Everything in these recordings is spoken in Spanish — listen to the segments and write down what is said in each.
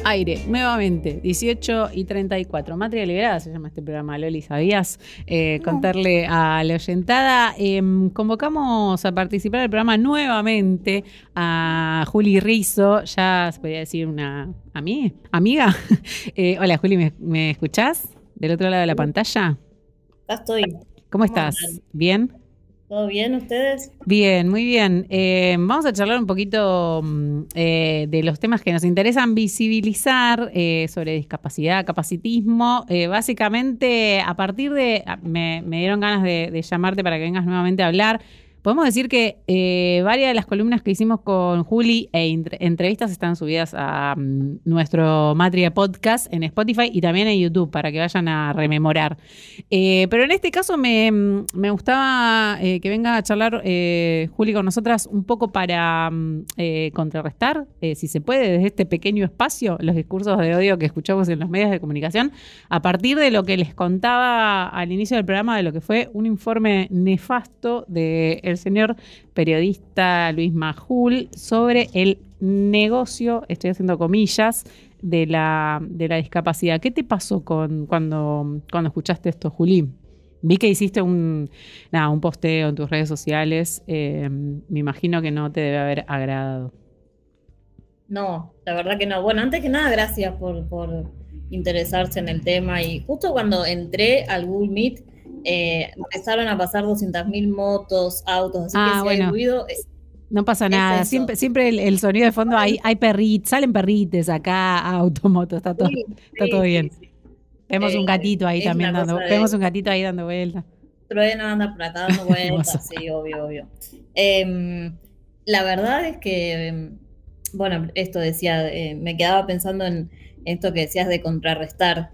Aire, nuevamente, 18:34. Matria Liberada se llama este programa, Loli, ¿sabías? Contarle a la oyentada. Convocamos a participar del programa nuevamente a Juli Rizzo, ya se podría decir una amiga. Hola, Juli, ¿me escuchás? ¿Del otro lado de la pantalla? Acá estoy. ¿Cómo estás? ¿Bien? ¿Todo bien ustedes? Bien, muy bien. Vamos a charlar un poquito de los temas que nos interesan visibilizar sobre discapacidad, capacitismo. Básicamente, a partir de... Me dieron ganas de llamarte para que vengas nuevamente a hablar. Podemos decir que varias de las columnas que hicimos con Juli entrevistas están subidas a nuestro Matria Podcast en Spotify y también en YouTube para que vayan a rememorar. Pero en este caso me gustaba que venga a charlar Juli con nosotras un poco para contrarrestar, si se puede, desde este pequeño espacio, los discursos de odio que escuchamos en los medios de comunicación, a partir de lo que les contaba al inicio del programa de lo que fue un informe nefasto de el señor periodista Luis Majul sobre el negocio, estoy haciendo comillas, de la discapacidad. ¿Qué te pasó cuando escuchaste esto, Juli? Vi que hiciste un posteo en tus redes sociales. Me imagino que no te debe haber agradado. No, la verdad que no. Bueno, antes que nada, gracias por interesarse en el tema. Y justo cuando entré al Google Meet, empezaron a pasar 200.000 motos, autos, así que si bueno. hay ruido... No pasa nada, siempre el sonido de fondo, hay perritos, salen perrites acá, automotos, está todo bien. Sí. Vemos un gatito ahí también vemos un gatito ahí dando vueltas. Trueno anda por acá dando vueltas, sí, obvio. La verdad es que, bueno, esto decía, me quedaba pensando en esto que decías de contrarrestar.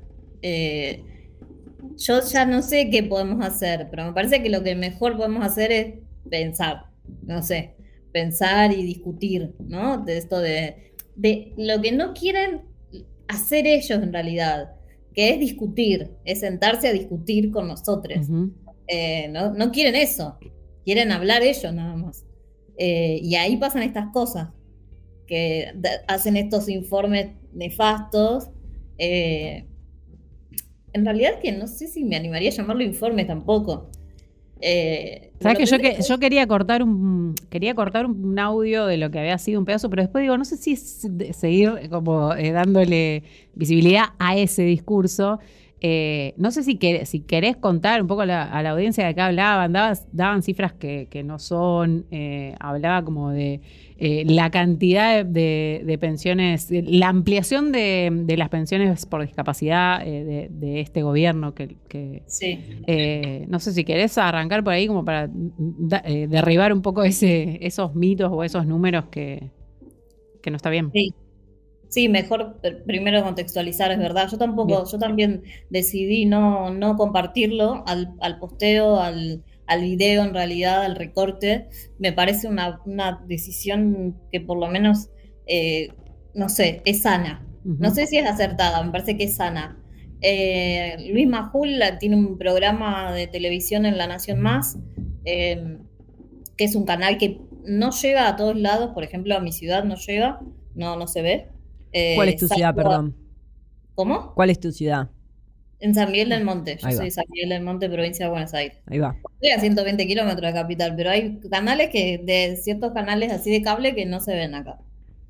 Yo ya no sé qué podemos hacer, pero me parece que lo que mejor podemos hacer es pensar, no sé, pensar y discutir, ¿no? De esto de lo que no quieren hacer ellos en realidad, que es discutir, es sentarse a discutir con nosotros. No quieren eso, quieren hablar ellos nada más. Y ahí pasan estas cosas, que hacen estos informes nefastos. En realidad que no sé si me animaría a llamarlo informe tampoco. ¿Sabes que yo quería cortar un audio de lo que había sido un pedazo, pero después digo, no sé si es seguir como dándole visibilidad a ese discurso. No sé si querés contar un poco a la audiencia de acá hablaban, daban cifras que no son, hablaba como de la cantidad de pensiones, la ampliación de las pensiones por discapacidad de este gobierno sí. No sé si querés arrancar por ahí como para derribar un poco esos mitos o esos números que no está bien. Sí, mejor primero contextualizar, es verdad. Yo también decidí no compartirlo al posteo, al video en realidad, al recorte. Me parece una decisión que por lo menos, no sé, es sana. No sé si es acertada, me parece que es sana. Luis Majul tiene un programa de televisión en La Nación Más, que es un canal que no llega a todos lados, por ejemplo, a mi ciudad no llega, no se ve. ¿Cuál es tu ciudad, perdón? ¿Cómo? ¿Cuál es tu ciudad? En San Miguel del Monte. Yo soy de San Miguel del Monte, provincia de Buenos Aires. Ahí va. Estoy a 120 kilómetros de capital, pero hay canales de ciertos canales así de cable que no se ven acá.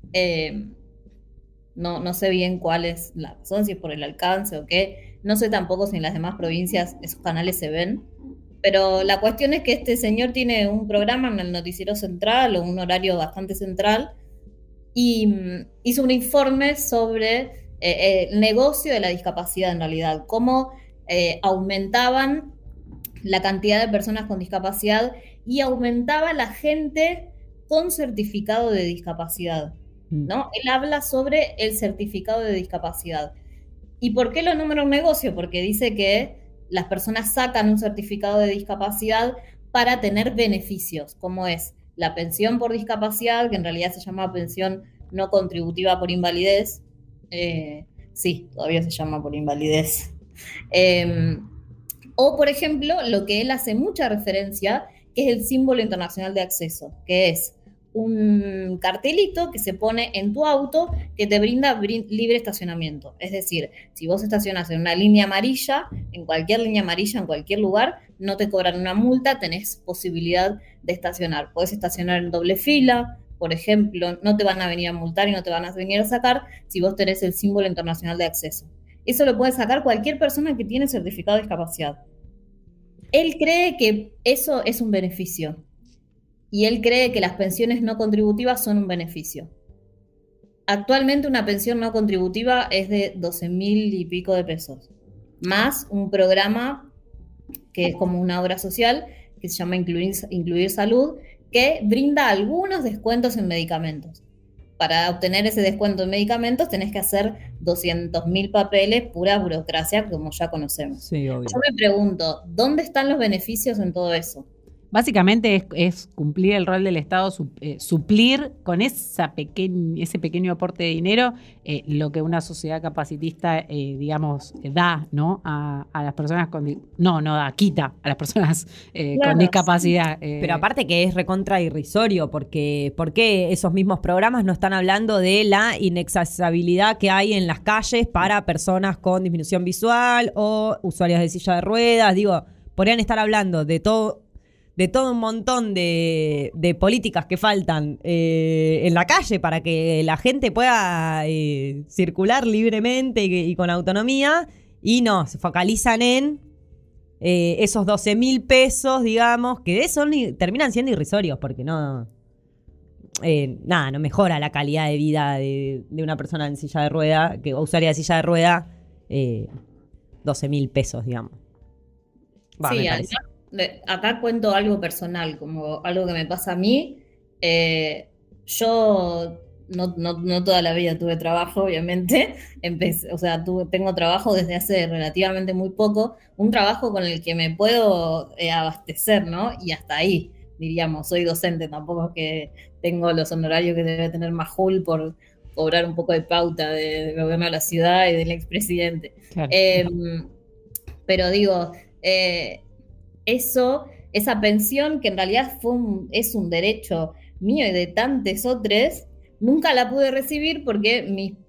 No sé bien cuál es la razón, si es por el alcance o qué. No sé tampoco si en las demás provincias esos canales se ven. Pero la cuestión es que este señor tiene un programa en el noticiero central o un horario bastante central, y hizo un informe sobre el negocio de la discapacidad en realidad, cómo aumentaban la cantidad de personas con discapacidad y aumentaba la gente con certificado de discapacidad, ¿no? Él habla sobre el certificado de discapacidad. ¿Y por qué lo nombra un negocio? Porque dice que las personas sacan un certificado de discapacidad para tener beneficios, como es la pensión por discapacidad, que en realidad se llama pensión no contributiva por invalidez. Sí, todavía se llama por invalidez. O, por ejemplo, lo que él hace mucha referencia, que es el símbolo internacional de acceso, que es un cartelito que se pone en tu auto que te brinda libre estacionamiento. Es decir, si vos estacionas en una línea amarilla, en cualquier línea amarilla, en cualquier lugar, no te cobran una multa, tenés posibilidad de estacionar. Podés estacionar en doble fila, por ejemplo, no te van a venir a multar y no te van a venir a sacar si vos tenés el símbolo internacional de acceso. Eso lo puede sacar cualquier persona que tiene certificado de discapacidad. Él cree que eso es un beneficio. Y él cree que las pensiones no contributivas son un beneficio. Actualmente una pensión no contributiva es de 12.000 y pico de pesos, más un programa que es como una obra social que se llama Incluir Salud, que brinda algunos descuentos en medicamentos. Para obtener ese descuento en medicamentos tenés que hacer 200.000 papeles, pura burocracia, como ya conocemos. Sí, obvio. Yo me pregunto, ¿dónde están los beneficios en todo eso? Básicamente es cumplir el rol del Estado, suplir con ese pequeño aporte de dinero lo que una sociedad capacitista, digamos, da, ¿no? A las personas quita a las personas con discapacidad. Pero aparte que es recontra irrisorio, porque ¿por qué esos mismos programas no están hablando de la inaccesibilidad que hay en las calles para personas con disminución visual o usuarios de silla de ruedas? Digo, podrían estar hablando de todo un montón de políticas que faltan en la calle para que la gente pueda circular libremente y con autonomía, y no, se focalizan en esos 12.000 pesos, digamos, que terminan siendo irrisorios, porque no mejora la calidad de vida de una persona en silla de rueda, que usuaria de silla de rueda, 12.000 pesos, digamos. Sí, acá cuento algo personal, como algo que me pasa a mí. Yo no toda la vida tuve trabajo, obviamente. Tengo trabajo desde hace relativamente muy poco, un trabajo con el que me puedo abastecer, ¿no? Y hasta ahí, diríamos, soy docente, tampoco es que tengo los honorarios que debe tener Majul por cobrar un poco de pauta del gobierno de la ciudad y del expresidente. Claro. Pero digo, esa pensión que en realidad es un derecho mío y de tantos otros, nunca la pude recibir porque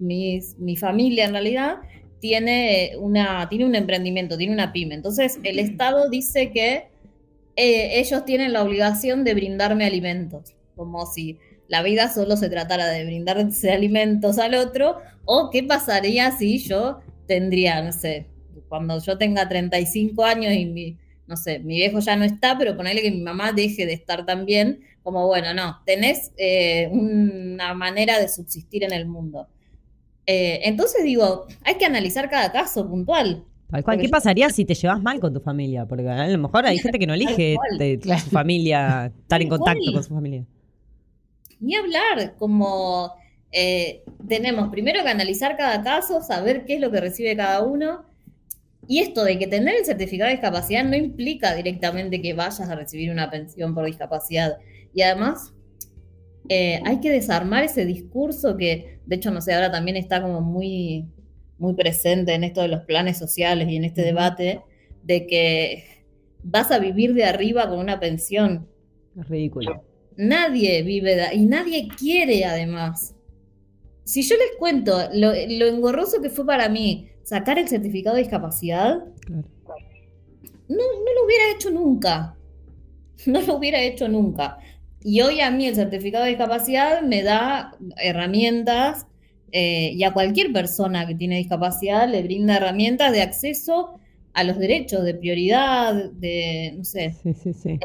mi familia en realidad tiene un emprendimiento, tiene una pyme. Entonces el Estado dice que ellos tienen la obligación de brindarme alimentos, como si la vida solo se tratara de brindarse alimentos al otro, o qué pasaría si yo tendría, no sé, cuando yo tenga 35 años y mi viejo ya no está, pero ponerle que mi mamá deje de estar también, como bueno, no, tenés una manera de subsistir en el mundo. Entonces digo, hay que analizar cada caso puntual. Tal cual. ¿Qué pasaría si te llevas mal con tu familia? Porque a lo mejor hay gente que no elige su familia, estar en contacto con su familia. Ni hablar, como tenemos primero que analizar cada caso, saber qué es lo que recibe cada uno. Y esto de que tener el certificado de discapacidad no implica directamente que vayas a recibir una pensión por discapacidad. Y además, hay que desarmar ese discurso que, de hecho, no sé, ahora también está como muy, muy presente en esto de los planes sociales y en este debate, de que vas a vivir de arriba con una pensión. Es ridículo. Nadie vive y nadie quiere, además. Si yo les cuento lo engorroso que fue para mí sacar el certificado de discapacidad, claro, no lo hubiera hecho nunca. No lo hubiera hecho nunca. Y hoy a mí el certificado de discapacidad me da herramientas, y a cualquier persona que tiene discapacidad le brinda herramientas de acceso a los derechos, de prioridad, de, no sé, sí.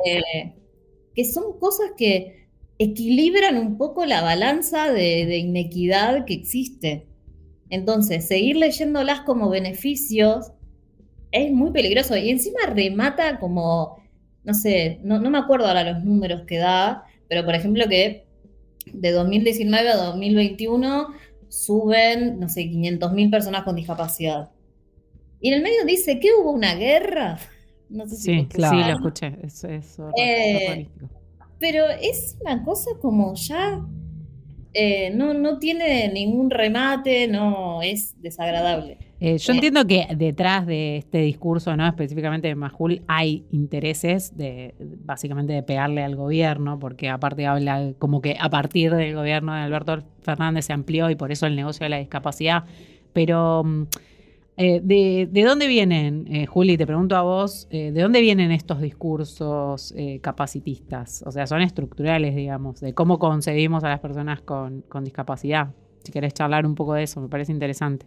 Que son cosas que equilibran un poco la balanza de inequidad que existe. Entonces, seguir leyéndolas como beneficios es muy peligroso. Y encima remata como, no sé, no me acuerdo ahora los números que da, pero por ejemplo que de 2019 a 2021 suben, no sé, 500.000 personas con discapacidad. Y en el medio dice que hubo una guerra. No sé si claro. Sí, lo escuché. Eso es horrorífico. Pero es una cosa como ya... no tiene ningún remate, no es desagradable. Yo entiendo que detrás de este discurso, ¿no? Específicamente de Majul, hay intereses básicamente de pegarle al gobierno, porque aparte habla como que a partir del gobierno de Alberto Fernández se amplió y por eso el negocio de la discapacidad. Pero ¿de dónde vienen, Juli? Te pregunto a vos, ¿de dónde vienen estos discursos capacitistas? O sea, son estructurales, digamos, de cómo concebimos a las personas con discapacidad. Si querés charlar un poco de eso, me parece interesante.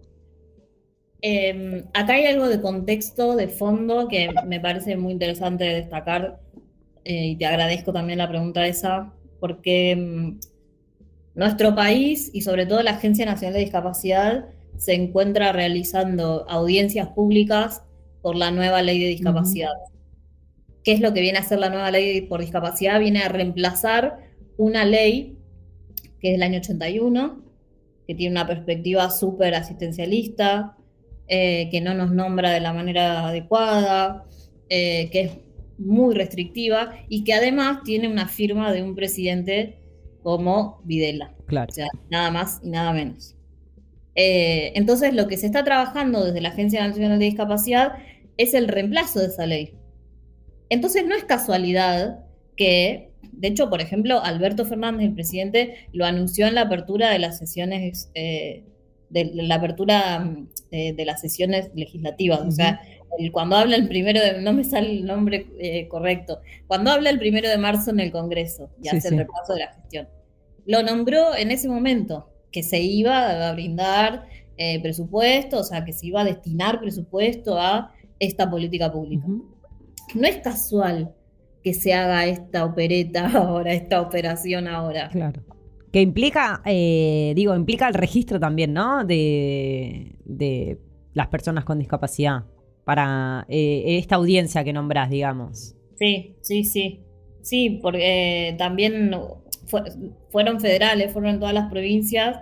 Acá hay algo de contexto, de fondo, que me parece muy interesante destacar, y te agradezco también la pregunta esa, porque nuestro país, y sobre todo la Agencia Nacional de Discapacidad, se encuentra realizando audiencias públicas por la nueva ley de discapacidad. ¿Qué es lo que viene a hacer la nueva ley por discapacidad? Viene a reemplazar una ley que es del año 81, que tiene una perspectiva súper asistencialista, que no nos nombra de la manera adecuada, que es muy restrictiva y que además tiene una firma de un presidente como Videla. Claro. O sea, nada más y nada menos. Entonces, lo que se está trabajando desde la Agencia Nacional de Discapacidad es el reemplazo de esa ley. Entonces, no es casualidad que, de hecho, por ejemplo, Alberto Fernández, el presidente, lo anunció en la apertura de las sesiones de las sesiones legislativas. O sea, cuando habla el 1 de... No me sale el nombre correcto. Cuando habla el 1 de marzo en el Congreso y hace el repaso de la gestión. Lo nombró en ese momento, que se iba a brindar presupuesto, o sea, que se iba a destinar presupuesto a esta política pública. No es casual que se haga esta opereta ahora, esta operación ahora. Claro. Que implica, implica el registro también, ¿no? De las personas con discapacidad para esta audiencia que nombrás, digamos. Sí. Sí, porque también fueron federales, fueron en todas las provincias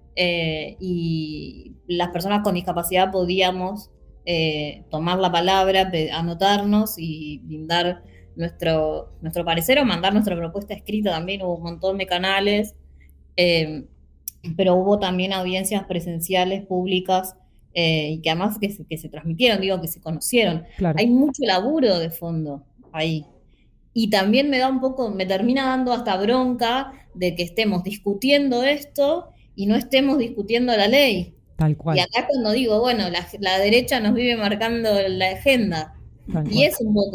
y las personas con discapacidad podíamos tomar la palabra, anotarnos y brindar nuestro parecer o mandar nuestra propuesta escrita también. Hubo un montón de canales. Pero hubo también audiencias presenciales, públicas, y que además que se transmitieron, que se conocieron. Claro. Hay mucho laburo de fondo ahí. Y también me termina dando hasta bronca de que estemos discutiendo esto y no estemos discutiendo la ley. Tal cual. Y acá cuando digo, bueno, la derecha nos vive marcando la agenda. Tal y cual.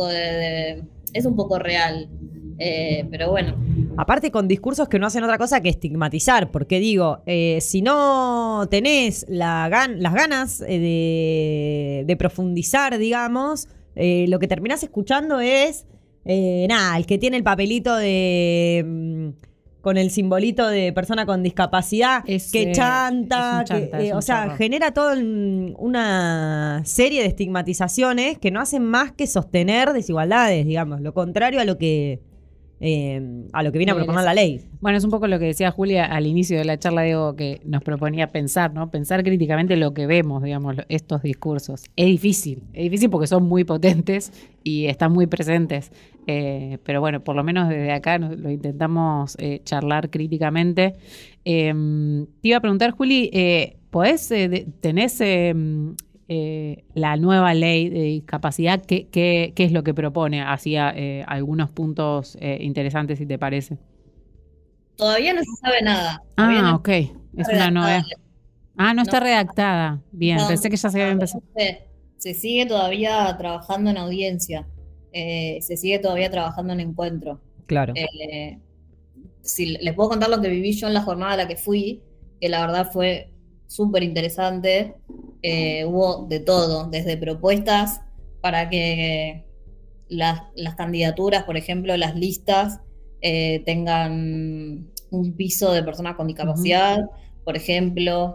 Es un poco real. Pero bueno. Aparte con discursos que no hacen otra cosa que estigmatizar, porque digo, si no tenés las ganas de profundizar, digamos, lo que terminás escuchando es, el que tiene el papelito con el simbolito de persona con discapacidad, que chanta, o sea, genera toda una serie de estigmatizaciones que no hacen más que sostener desigualdades, digamos, lo contrario a lo que viene a proponer la ley. Bueno, es un poco lo que decía Julia al inicio de la charla, digo, que nos proponía pensar, ¿no? Pensar críticamente lo que vemos, digamos, estos discursos. Es difícil porque son muy potentes y están muy presentes. Pero bueno, por lo menos desde acá lo intentamos charlar críticamente. Te iba a preguntar, Juli, ¿tenés la nueva ley de discapacidad? ¿Qué es lo que propone? Hacía algunos puntos interesantes, si te parece. Todavía no se sabe nada. Ok. Es una novedad. No está redactada. Bien, pensé que ya se había empezado. Se sigue todavía trabajando en audiencia. Se sigue todavía trabajando en encuentro. Claro. Si les puedo contar lo que viví yo en la jornada a la que fui, que la verdad fue súper interesante. Hubo de todo, desde propuestas para que las candidaturas, por ejemplo, las listas, tengan un piso de personas con discapacidad, por ejemplo.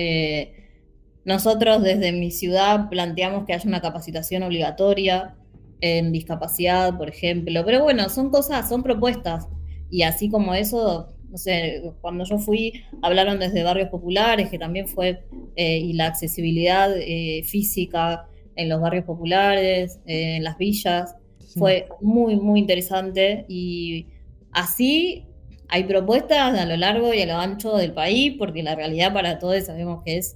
Nosotros desde mi ciudad planteamos que haya una capacitación obligatoria en discapacidad, por ejemplo. Pero bueno, son propuestas. Y así como eso, no sé, cuando yo fui, hablaron desde barrios populares, que también fue, y la accesibilidad física en los barrios populares, en las villas, fue muy, muy interesante. Y así hay propuestas a lo largo y a lo ancho del país, porque la realidad para todos sabemos que es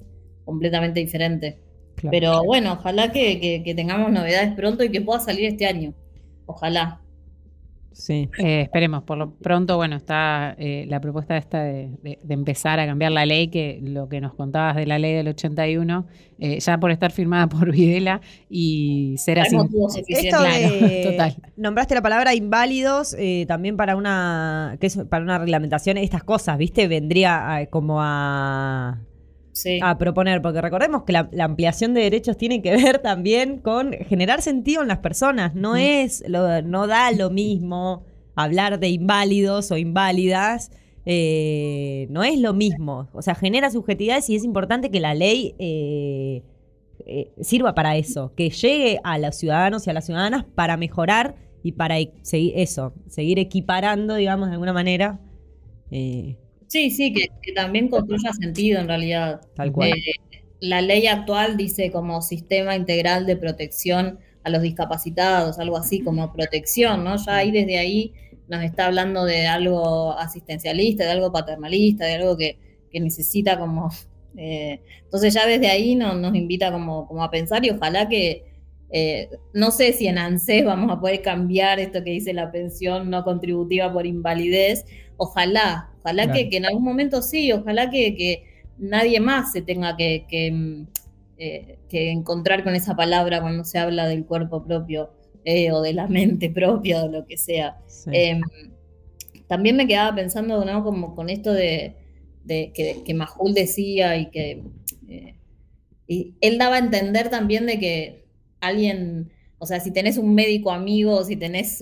completamente diferente. Claro. Pero bueno, ojalá que tengamos novedades pronto y que pueda salir este año. Ojalá. Sí. Esperemos, por lo pronto, bueno, está la propuesta esta de empezar a cambiar la ley, que lo que nos contabas de la ley del 81, ya por estar firmada por Videla y ser así. Hay motivos suficientes. Esto Claro, de, total. nombraste la palabra inválidos, también para una reglamentación, estas cosas, ¿viste? Vendría como Sí. a proponer, porque recordemos que la ampliación de derechos tiene que ver también con generar sentido en las personas. No da lo mismo hablar de inválidos o inválidas. No es lo mismo. O sea, genera subjetividades y es importante que la ley sirva para eso, que llegue a los ciudadanos y a las ciudadanas para mejorar y para seguir equiparando, digamos, de alguna manera. Sí, que también construya sentido en realidad. Tal cual. La ley actual dice como sistema integral de protección a los discapacitados, algo así como protección, ¿no? Ya ahí desde ahí nos está hablando de algo asistencialista, de algo paternalista, de algo que necesita como... entonces ya desde ahí nos invita como a pensar y ojalá que... no sé si en ANSES vamos a poder cambiar esto que dice la pensión no contributiva por invalidez. Ojalá claro. que en algún momento sí, ojalá que nadie más se tenga que encontrar con esa palabra cuando se habla del cuerpo propio o de la mente propia o lo que sea. Sí. También me quedaba pensando, ¿no? Como con esto de que Majul decía y que y él daba a entender también de que alguien, o sea, si tenés un médico amigo, si tenés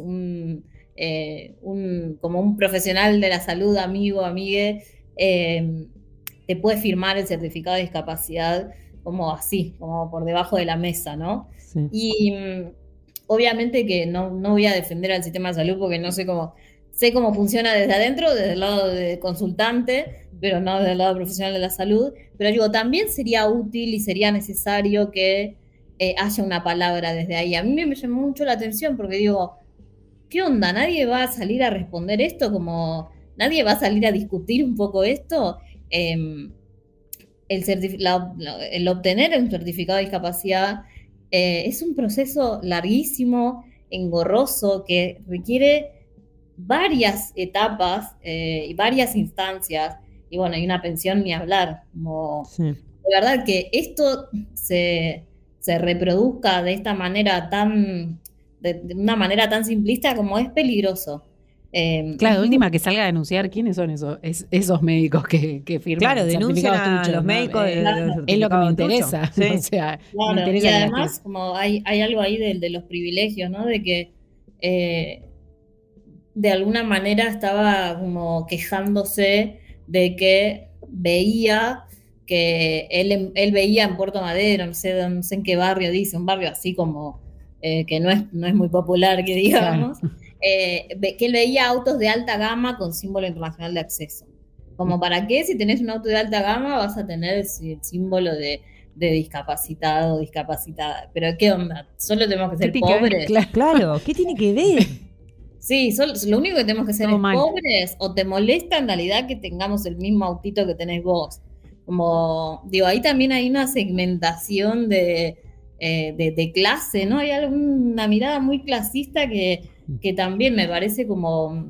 como un profesional de la salud, amigo, amigue, te puede firmar el certificado de discapacidad como así, como por debajo de la mesa, ¿no? Sí. Y obviamente que no voy a defender al sistema de salud porque no sé cómo funciona desde adentro, desde el lado de consultante, pero no desde el lado profesional de la salud, pero digo, también sería útil y sería necesario que haya una palabra desde ahí. A mí me llamó mucho la atención porque digo, ¿qué onda? ¿Nadie va a salir a responder esto? Como ¿nadie va a salir a discutir un poco esto? El obtener un certificado de discapacidad es un proceso larguísimo, engorroso, que requiere varias etapas y varias instancias. Y bueno, hay una pensión ni hablar. Como, sí. De verdad que esto se reproduzca de esta manera de una manera tan simplista como es peligroso. Claro, de última que salga a denunciar quiénes son esos médicos que firman. Claro, denuncian a truchos, los médicos. Claro. Es lo que me interesa. Sí. O sea, claro. Me interesa y además, como hay algo ahí de los privilegios, ¿no? De que de alguna manera estaba como quejándose de que veía que él veía en Puerto Madero, no sé en qué barrio dice, un barrio así como que no es muy popular, que digamos, claro. Que él veía autos de alta gama con símbolo internacional de acceso. Como, ¿para qué? Si tenés un auto de alta gama vas a tener el símbolo de discapacitado, discapacitada. Pero ¿qué onda? ¿Solo tenemos que ser pobres? Claro, ¿qué tiene que ver? Sí, lo único que tenemos que ser es pobres, o te molesta en realidad que tengamos el mismo autito que tenés vos. Como, digo, ahí también hay una segmentación de clase, ¿no? Hay una mirada muy clasista que también me parece como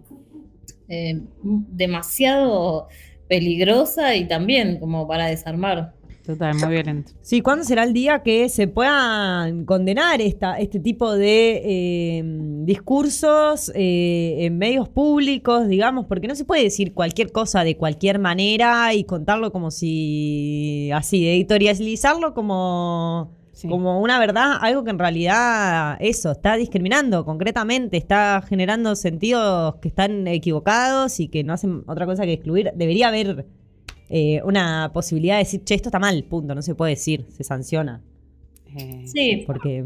demasiado peligrosa y también como para desarmar. Total, muy violento. Sí, ¿cuándo será el día que se puedan condenar este tipo de discursos en medios públicos, digamos? Porque no se puede decir cualquier cosa de cualquier manera y contarlo como si, así, editorializarlo como una verdad, algo que en realidad está discriminando concretamente, está generando sentidos que están equivocados y que no hacen otra cosa que excluir. Debería haber una posibilidad de decir, che, esto está mal, punto, no se puede decir, se sanciona. Sí, porque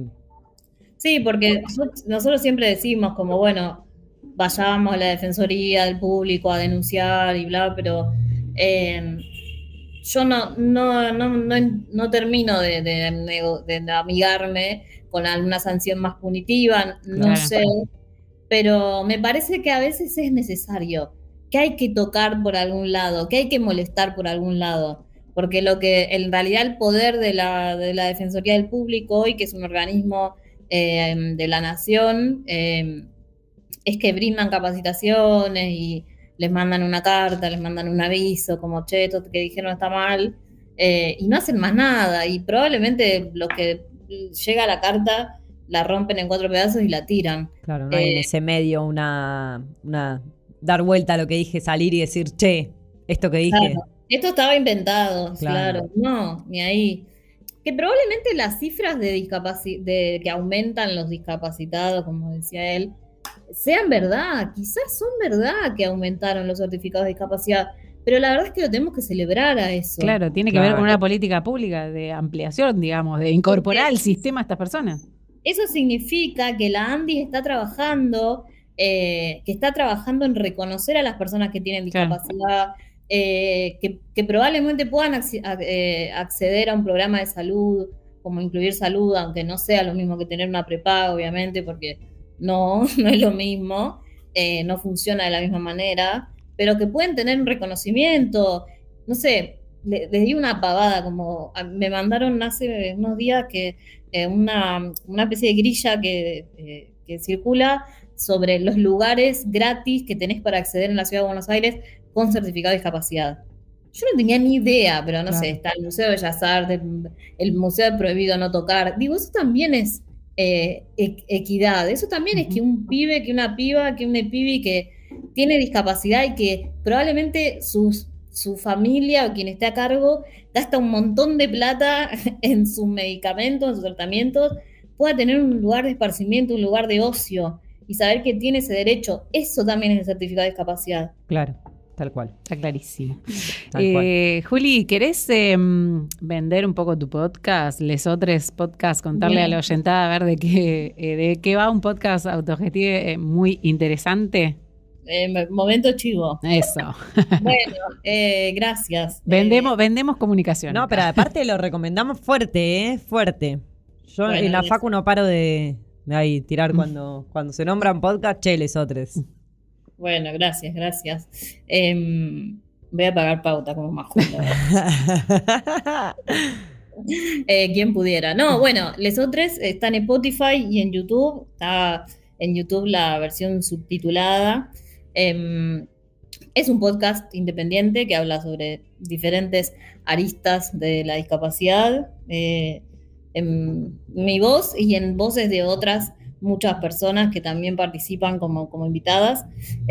nosotros siempre decimos como, bueno, vayamos a la defensoría del público a denunciar y bla, pero yo no termino de amigarme con alguna sanción más punitiva, no claro. sé, pero me parece que a veces es necesario, que hay que tocar por algún lado, que hay que molestar por algún lado, porque lo que en realidad el poder de la Defensoría del Público hoy, que es un organismo de la Nación, es que brindan capacitaciones y les mandan una carta, les mandan un aviso, como che, esto que dijeron está mal, y no hacen más nada, y probablemente lo que llega a la carta la rompen en 4 pedazos y la tiran. Claro, no hay en ese medio una dar vuelta a lo que dije, salir y decir, che, esto que dije. Claro, esto estaba inventado, claro, no, ni ahí. Que probablemente las cifras de que aumentan los discapacitados, como decía él, sean verdad, quizás son verdad que aumentaron los certificados de discapacidad, pero la verdad es que lo tenemos que celebrar a eso. Claro, tiene que ver con una política pública de ampliación, digamos, de incorporar al sistema a estas personas. Eso significa que la ANDI está trabajando, en reconocer a las personas que tienen discapacidad, que probablemente puedan acceder a un programa de salud, como incluir salud, aunque no sea lo mismo que tener una prepaga, obviamente, porque no es lo mismo, no funciona de la misma manera, pero que pueden tener un reconocimiento. No sé, les di una pavada, como me mandaron hace unos días que una especie de grilla que circula sobre los lugares gratis que tenés para acceder en la Ciudad de Buenos Aires con certificado de discapacidad. Yo no tenía ni idea, pero no sé, está el Museo de Bellas Artes, el Museo de Prohibido No Tocar. Digo, eso también es equidad, eso también es que un pibe, que una piba, que un pibi que tiene discapacidad y que probablemente su familia o quien esté a cargo gasta un montón de plata en sus medicamentos, en sus tratamientos, pueda tener un lugar de esparcimiento, un lugar de ocio y saber que tiene ese derecho. Eso también es el certificado de discapacidad. Claro, tal cual. Está clarísimo. Juli, ¿querés vender un poco tu podcast? Lesotres Podcast, contarle a la oyentada a ver de qué va un podcast autogestivo muy interesante. Momento chivo. Eso. Bueno, gracias. Vendemos comunicación. No, pero aparte lo recomendamos fuerte, fuerte. Yo bueno, en la facu no paro de ahí tirar cuando se nombran podcast, che, Lesotres. Bueno, gracias. Voy a pagar pauta como más justo. ¿Quién pudiera? No, bueno, Lesotres está en Spotify y en YouTube. Está en YouTube la versión subtitulada. Es un podcast independiente que habla sobre diferentes aristas de la discapacidad. En mi voz y en voces de otras muchas personas que también participan como invitadas.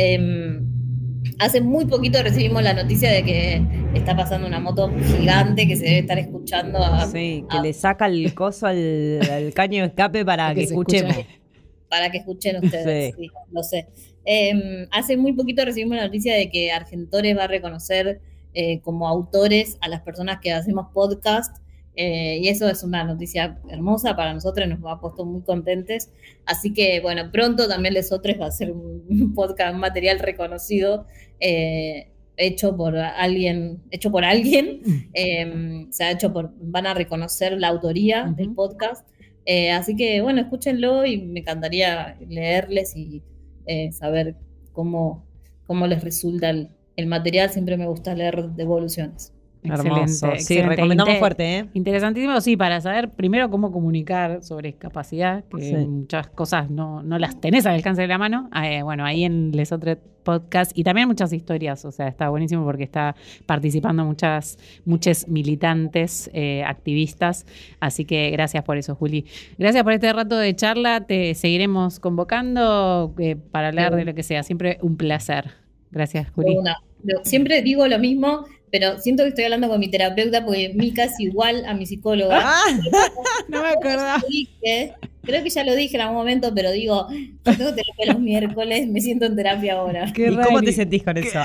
Hace muy poquito recibimos la noticia de que está pasando una moto gigante que se debe estar escuchando. Sí, que le saca el coso al caño de escape para que escuchemos. Para que escuchen ustedes, sí, lo sé. Hace muy poquito recibimos la noticia de que Argentores va a reconocer como autores a las personas que hacemos podcast. Y eso es una noticia hermosa para nosotros, nos ha puesto muy contentes. Así que, bueno, pronto también Lesotres va a ser un podcast, un material reconocido, hecho por alguien. Van a reconocer la autoría del podcast. Así que, bueno, escúchenlo y me encantaría leerles y saber cómo les resulta el material. Siempre me gusta leer devoluciones. Excelente, sí, recomendamos fuerte, Interesantísimo, sí, para saber primero cómo comunicar sobre discapacidad, que muchas cosas no las tenés al alcance de la mano. Bueno, ahí en Lesotres Podcast y también muchas historias, o sea, está buenísimo porque está participando muchas militantes, activistas, así que gracias por eso, Juli. Gracias por este rato de charla, te seguiremos convocando para hablar de lo que sea, siempre un placer. Gracias, Juli. Siempre digo lo mismo, pero siento que estoy hablando con mi terapeuta porque Mica es igual a mi psicóloga. No me acordaba. Creo que ya lo dije en algún momento, pero digo, yo tengo terapia los miércoles, me siento en terapia ahora. ¿Y cómo te sentís con eso?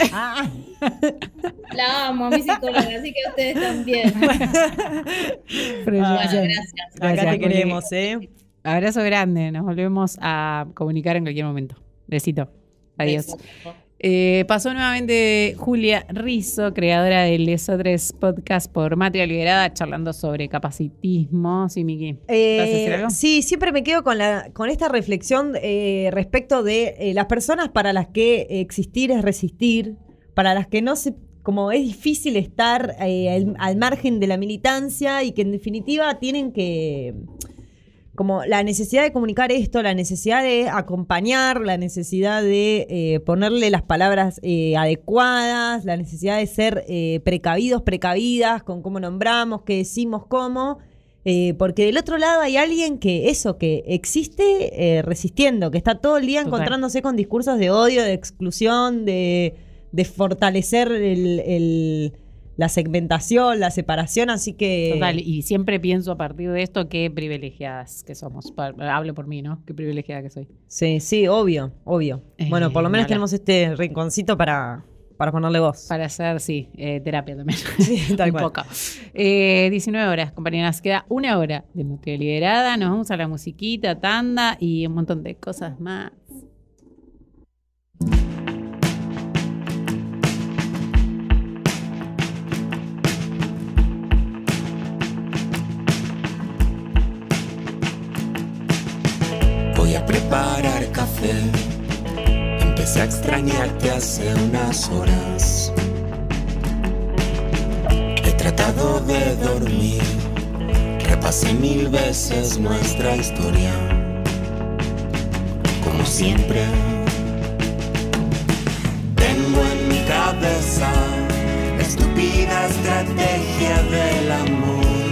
La amo a mi psicóloga, así que ustedes también. Bueno, gracias. Acá te queremos, Abrazo grande, nos volvemos a comunicar en cualquier momento. Besito. Adiós. Beso. Pasó nuevamente Julia Rizzo, creadora de Lesotres Podcast por Matria Algerada, charlando sobre capacitismo. Sí, Miki, ¿vas a decir algo? Sí, siempre me quedo con esta reflexión respecto de las personas para las que existir es resistir, para las que no se como es difícil estar al margen de la militancia y que en definitiva tienen que... Como la necesidad de comunicar esto, la necesidad de acompañar, la necesidad de ponerle las palabras adecuadas, la necesidad de ser precavidas con cómo nombramos, qué decimos, cómo... porque del otro lado hay alguien que existe resistiendo, que está todo el día encontrándose con discursos de odio, de exclusión, de fortalecer la segmentación, la separación, así que... Total, y siempre pienso a partir de esto qué privilegiadas que somos. Hablo por mí, ¿no? Qué privilegiada que soy. Sí, obvio. Bueno, por lo menos tenemos este rinconcito para ponerle voz. Para hacer, sí, terapia también. Sí, tal un cual. poco. 19 horas, compañeras. Queda 1 hora de Motiva Liberada. Nos vamos a la musiquita, tanda y un montón de cosas más. Voy a preparar café. Empecé a extrañarte hace unas horas. He tratado de dormir. Repasé 1000 veces nuestra historia. Como siempre, tengo en mi cabeza la estúpida estrategia del amor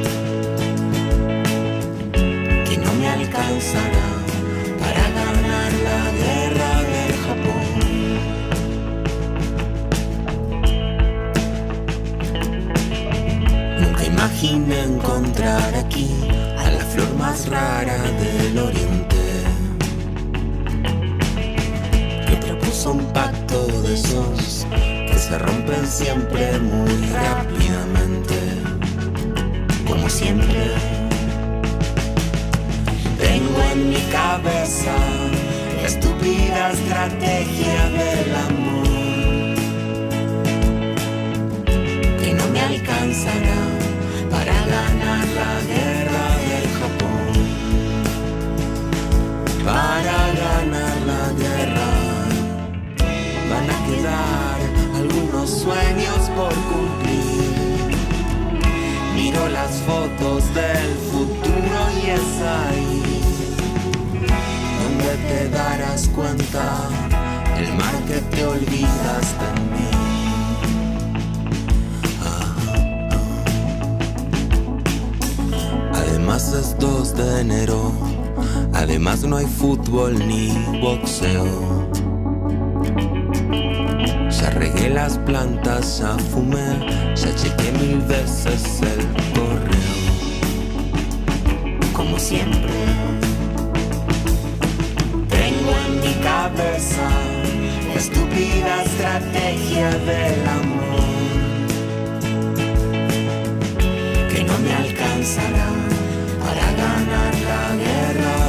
que no me alcanzará para ganar la guerra del Japón. Nunca imaginé encontrar aquí a la flor más rara del oriente, que propuso un pacto de esos que se rompen siempre muy rápidamente. Como siempre, tengo en mi cabeza la estúpida estrategia del amor que no me alcanzará para ganar la guerra del Japón. Para ganar la guerra van a quedar algunos sueños por cumplir. Miro las fotos del futuro y es ahí donde te darás cuenta el mar que te olvidaste en mí. Además es 2 de enero, además no hay fútbol ni boxeo. Ya regué las plantas, ya fumé, ya chequé 1000 veces el correo. Como siempre, tengo en mi cabeza la estúpida estrategia del amor que no me alcanzará para ganar la guerra